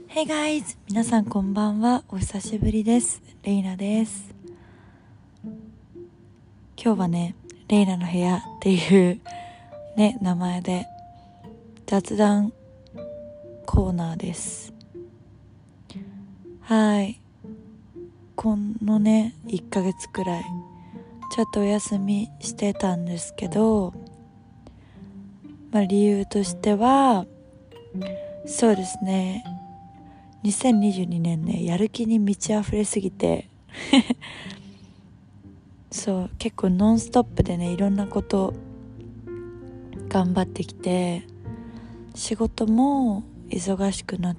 Hey guys! 皆さんこんばんは。お久しぶりです。レイナです。今日はね、レイナの部屋っていうね、名前で雑談コーナーです。はい。このね、1ヶ月くらいちょっとお休みしてたんですけど、理由としては、そうですね、2022年ね、やる気に満ち溢れすぎてそう結構ノンストップでね、いろんなこと頑張ってきて、仕事も忙しくなって、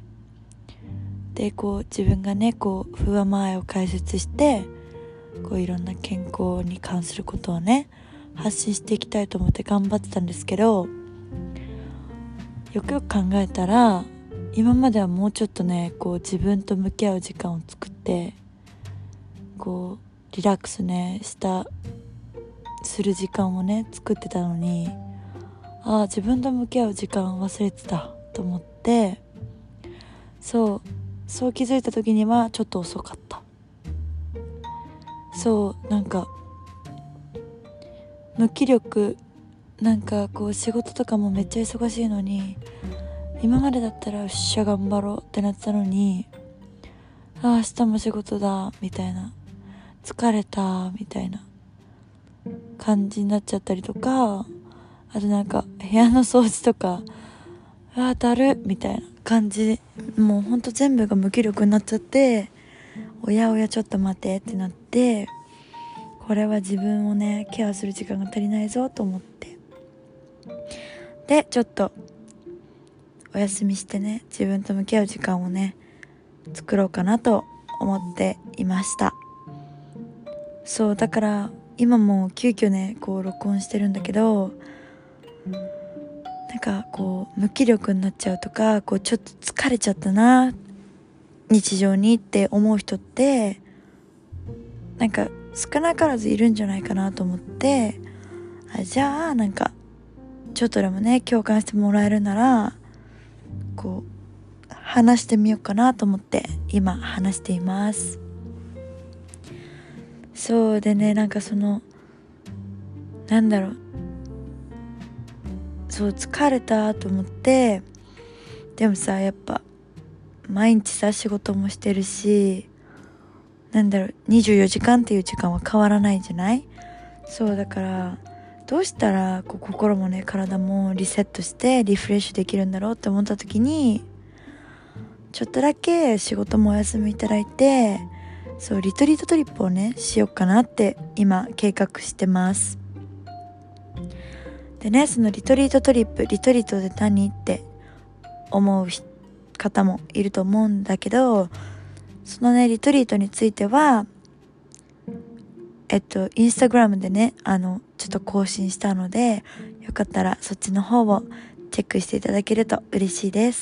で自分がね不安前を解説して、いろんな健康に関することをね発信していきたいと思って頑張ってたんですけど、よくよく考えたら、今まではもうちょっとね自分と向き合う時間を作って、リラックスねする時間をね作ってたのに、自分と向き合う時間忘れてたと思って、そう気づいた時にはちょっと遅かった。無気力、仕事とかもめっちゃ忙しいのに、今までだったらよっしゃ頑張ろうってなってたのに、明日も仕事だみたいな、疲れたみたいな感じになっちゃったりとか、あと部屋の掃除とかだるみたいな感じ、もうほんと全部が無気力になっちゃって、おやちょっと待てってなって、これは自分をねケアする時間が足りないぞと思って、でちょっとお休みしてね、自分と向き合う時間をね作ろうかなと思っていました。そうだから今も急遽ね録音してるんだけど、無気力になっちゃうとか、ちょっと疲れちゃったな日常にって思う人って少なからずいるんじゃないかなと思って、じゃあちょっとでもね共感してもらえるなら話してみようかなと思って今話しています。そうでね、疲れたと思って、でもさ、やっぱ毎日さ仕事もしてるし、24時間っていう時間は変わらないじゃない。そうだからどうしたら心もね体もリセットしてリフレッシュできるんだろうって思った時に、ちょっとだけ仕事もお休みいただいて、リトリートトリップをねしようかなって今計画してます。でね、そのリトリートトリップ、リトリートで何って思う方もいると思うんだけど、そのねリトリートについてはインスタグラムでねちょっと更新したので、よかったらそっちの方をチェックしていただけると嬉しいです。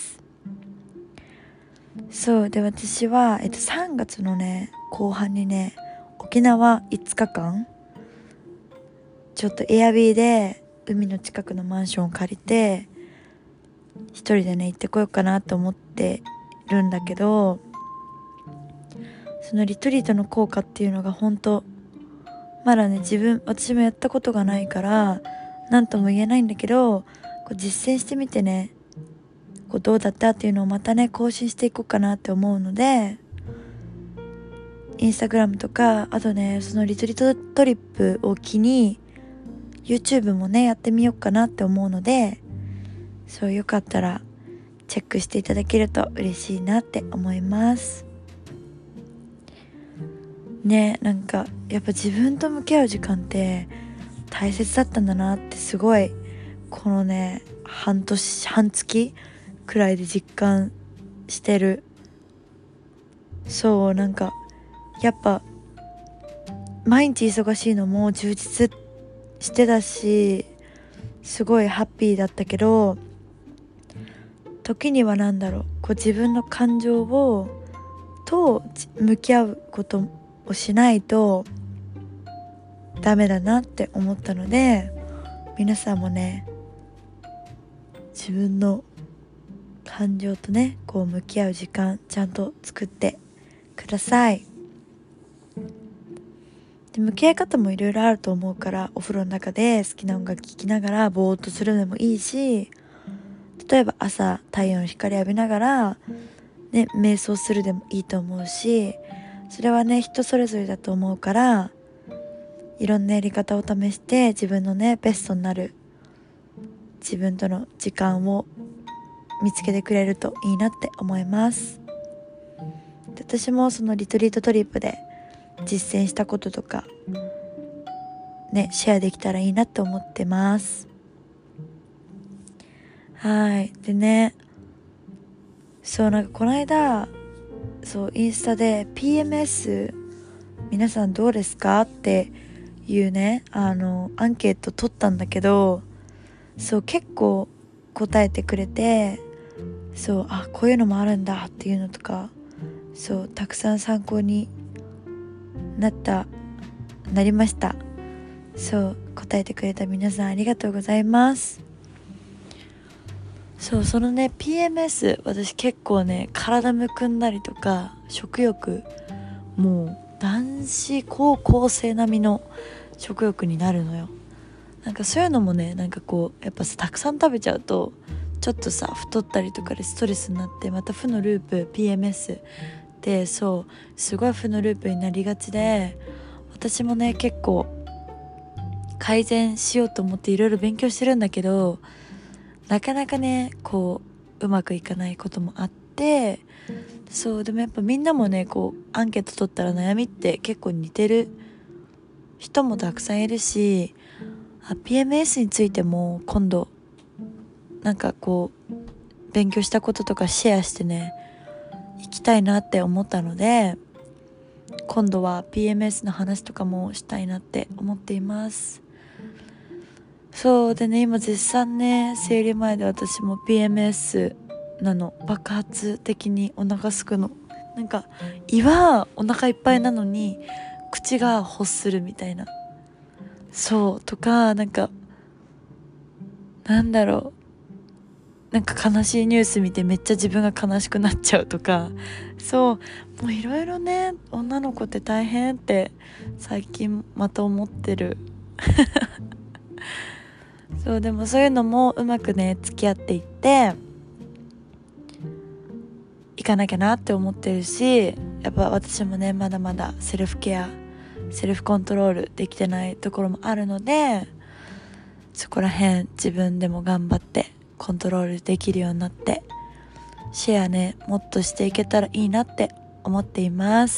そうで、私は3月のね後半にね沖縄5日間ちょっとエアビーで海の近くのマンションを借りて一人でね行ってこようかなと思ってるんだけど、そのリトリートの効果っていうのが本当まだね私もやったことがないから何とも言えないんだけど、実践してみてねどうだったっていうのをまたね更新していこうかなって思うので、インスタグラムとか、あとねそのリトリートトリップを機に YouTube もねやってみようかなって思うので、よかったらチェックしていただけると嬉しいなって思いますね。やっぱ自分と向き合う時間って大切だったんだなってすごいこのね半月くらいで実感してる。やっぱ毎日忙しいのも充実してたし、すごいハッピーだったけど、時には自分の感情と向き合うことをしないとダメだなって思ったので、皆さんもね自分の感情とねこう向き合う時間ちゃんと作ってください。で向き合い方もいろいろあると思うから、お風呂の中で好きな音楽聴きながらぼーっとするのもいいし、例えば朝太陽の光浴びながらね瞑想するでもいいと思うし、それはね人それぞれだと思うから、いろんなやり方を試して自分のねベストになる自分との時間を見つけてくれるといいなって思います。で私もそのリトリートトリップで実践したこととかねシェアできたらいいなと思ってます。はいでね、そうなんかこの間そうインスタで PMS 皆さんどうですかっていうねアンケート取ったんだけど、そう結構答えてくれて、そうこういうのもあるんだっていうのとか、そうたくさん参考になりました。そう答えてくれた皆さんありがとうございます。そうそのね PMS 私結構ね体むくんだりとか食欲もう男子高校生並みの食欲になるのよ。なんかそういうのもねなんかこうやっぱさたくさん食べちゃうとちょっとさ太ったりとかでストレスになってまた負のループ PMS で、そうすごい負のループになりがちで、私もね結構改善しようと思っていろいろ勉強してるんだけど、なかなかねこうまくいかないこともあって、そうでもやっぱみんなもねこうアンケート取ったら悩みって結構似てる人もたくさんいるし、PMS についても今度なんかこう勉強したこととかシェアしてね行きたいなって思ったので、今度は PMS の話とかもしたいなって思っています。そうでね今絶賛ね生理前で私も PMS なの。爆発的にお腹すくの。なんか胃はお腹いっぱいなのに口が欲するみたいな、そうとかなんかなんだろう、なんか悲しいニュース見てめっちゃ自分が悲しくなっちゃうとか、そうもういろいろね女の子って大変って最近また思ってるそうでもそういうのもうまくね付き合っていっていかなきゃなって思ってるし、やっぱ私もねまだまだセルフケアセルフコントロールできてないところもあるので、そこら辺自分でも頑張ってコントロールできるようになってシェアねもっとしていけたらいいなって思っています。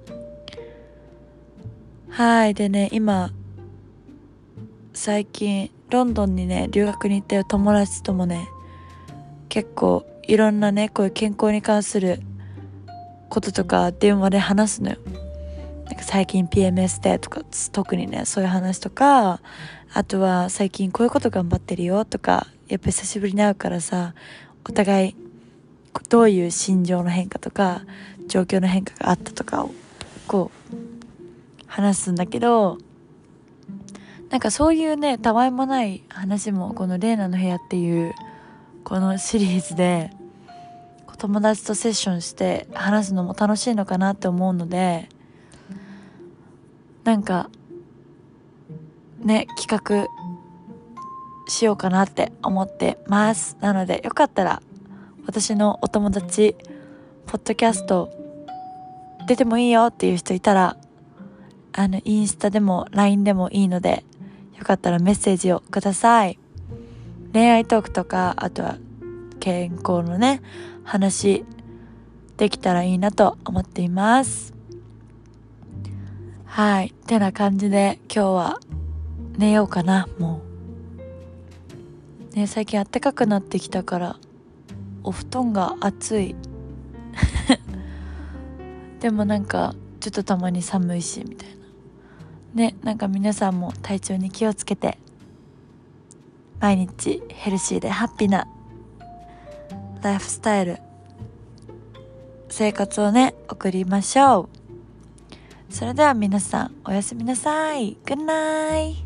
はいでね今最近ロンドンにね留学に行ったよ友達ともね結構いろんなねこういう健康に関することとか電話で話すのよ。なんか最近 PMS でとか特にねそういう話とか、あとは最近こういうこと頑張ってるよとか、やっぱり久しぶりに会うからさお互いどういう心情の変化とか状況の変化があったとかをこう話すんだけど、なんかそういうねたわいもない話もこのレイナの部屋っていうこのシリーズで友達とセッションして話すのも楽しいのかなって思うので、なんかね企画しようかなって思ってます。なのでよかったら私のお友達ポッドキャスト出てもいいよっていう人いたらインスタでも LINE でもいいのでよかったらメッセージをください。恋愛トークとかあとは健康のね話できたらいいなと思っています。はいてな感じで今日は寝ようかな。もうね最近暖かくなってきたからお布団が暑いでもなんかちょっとたまに寒いしみたいなね。なんか皆さんも体調に気をつけて毎日ヘルシーでハッピーなライフスタイル生活をね送りましょう。それでは皆さんおやすみなさい。グッナイ。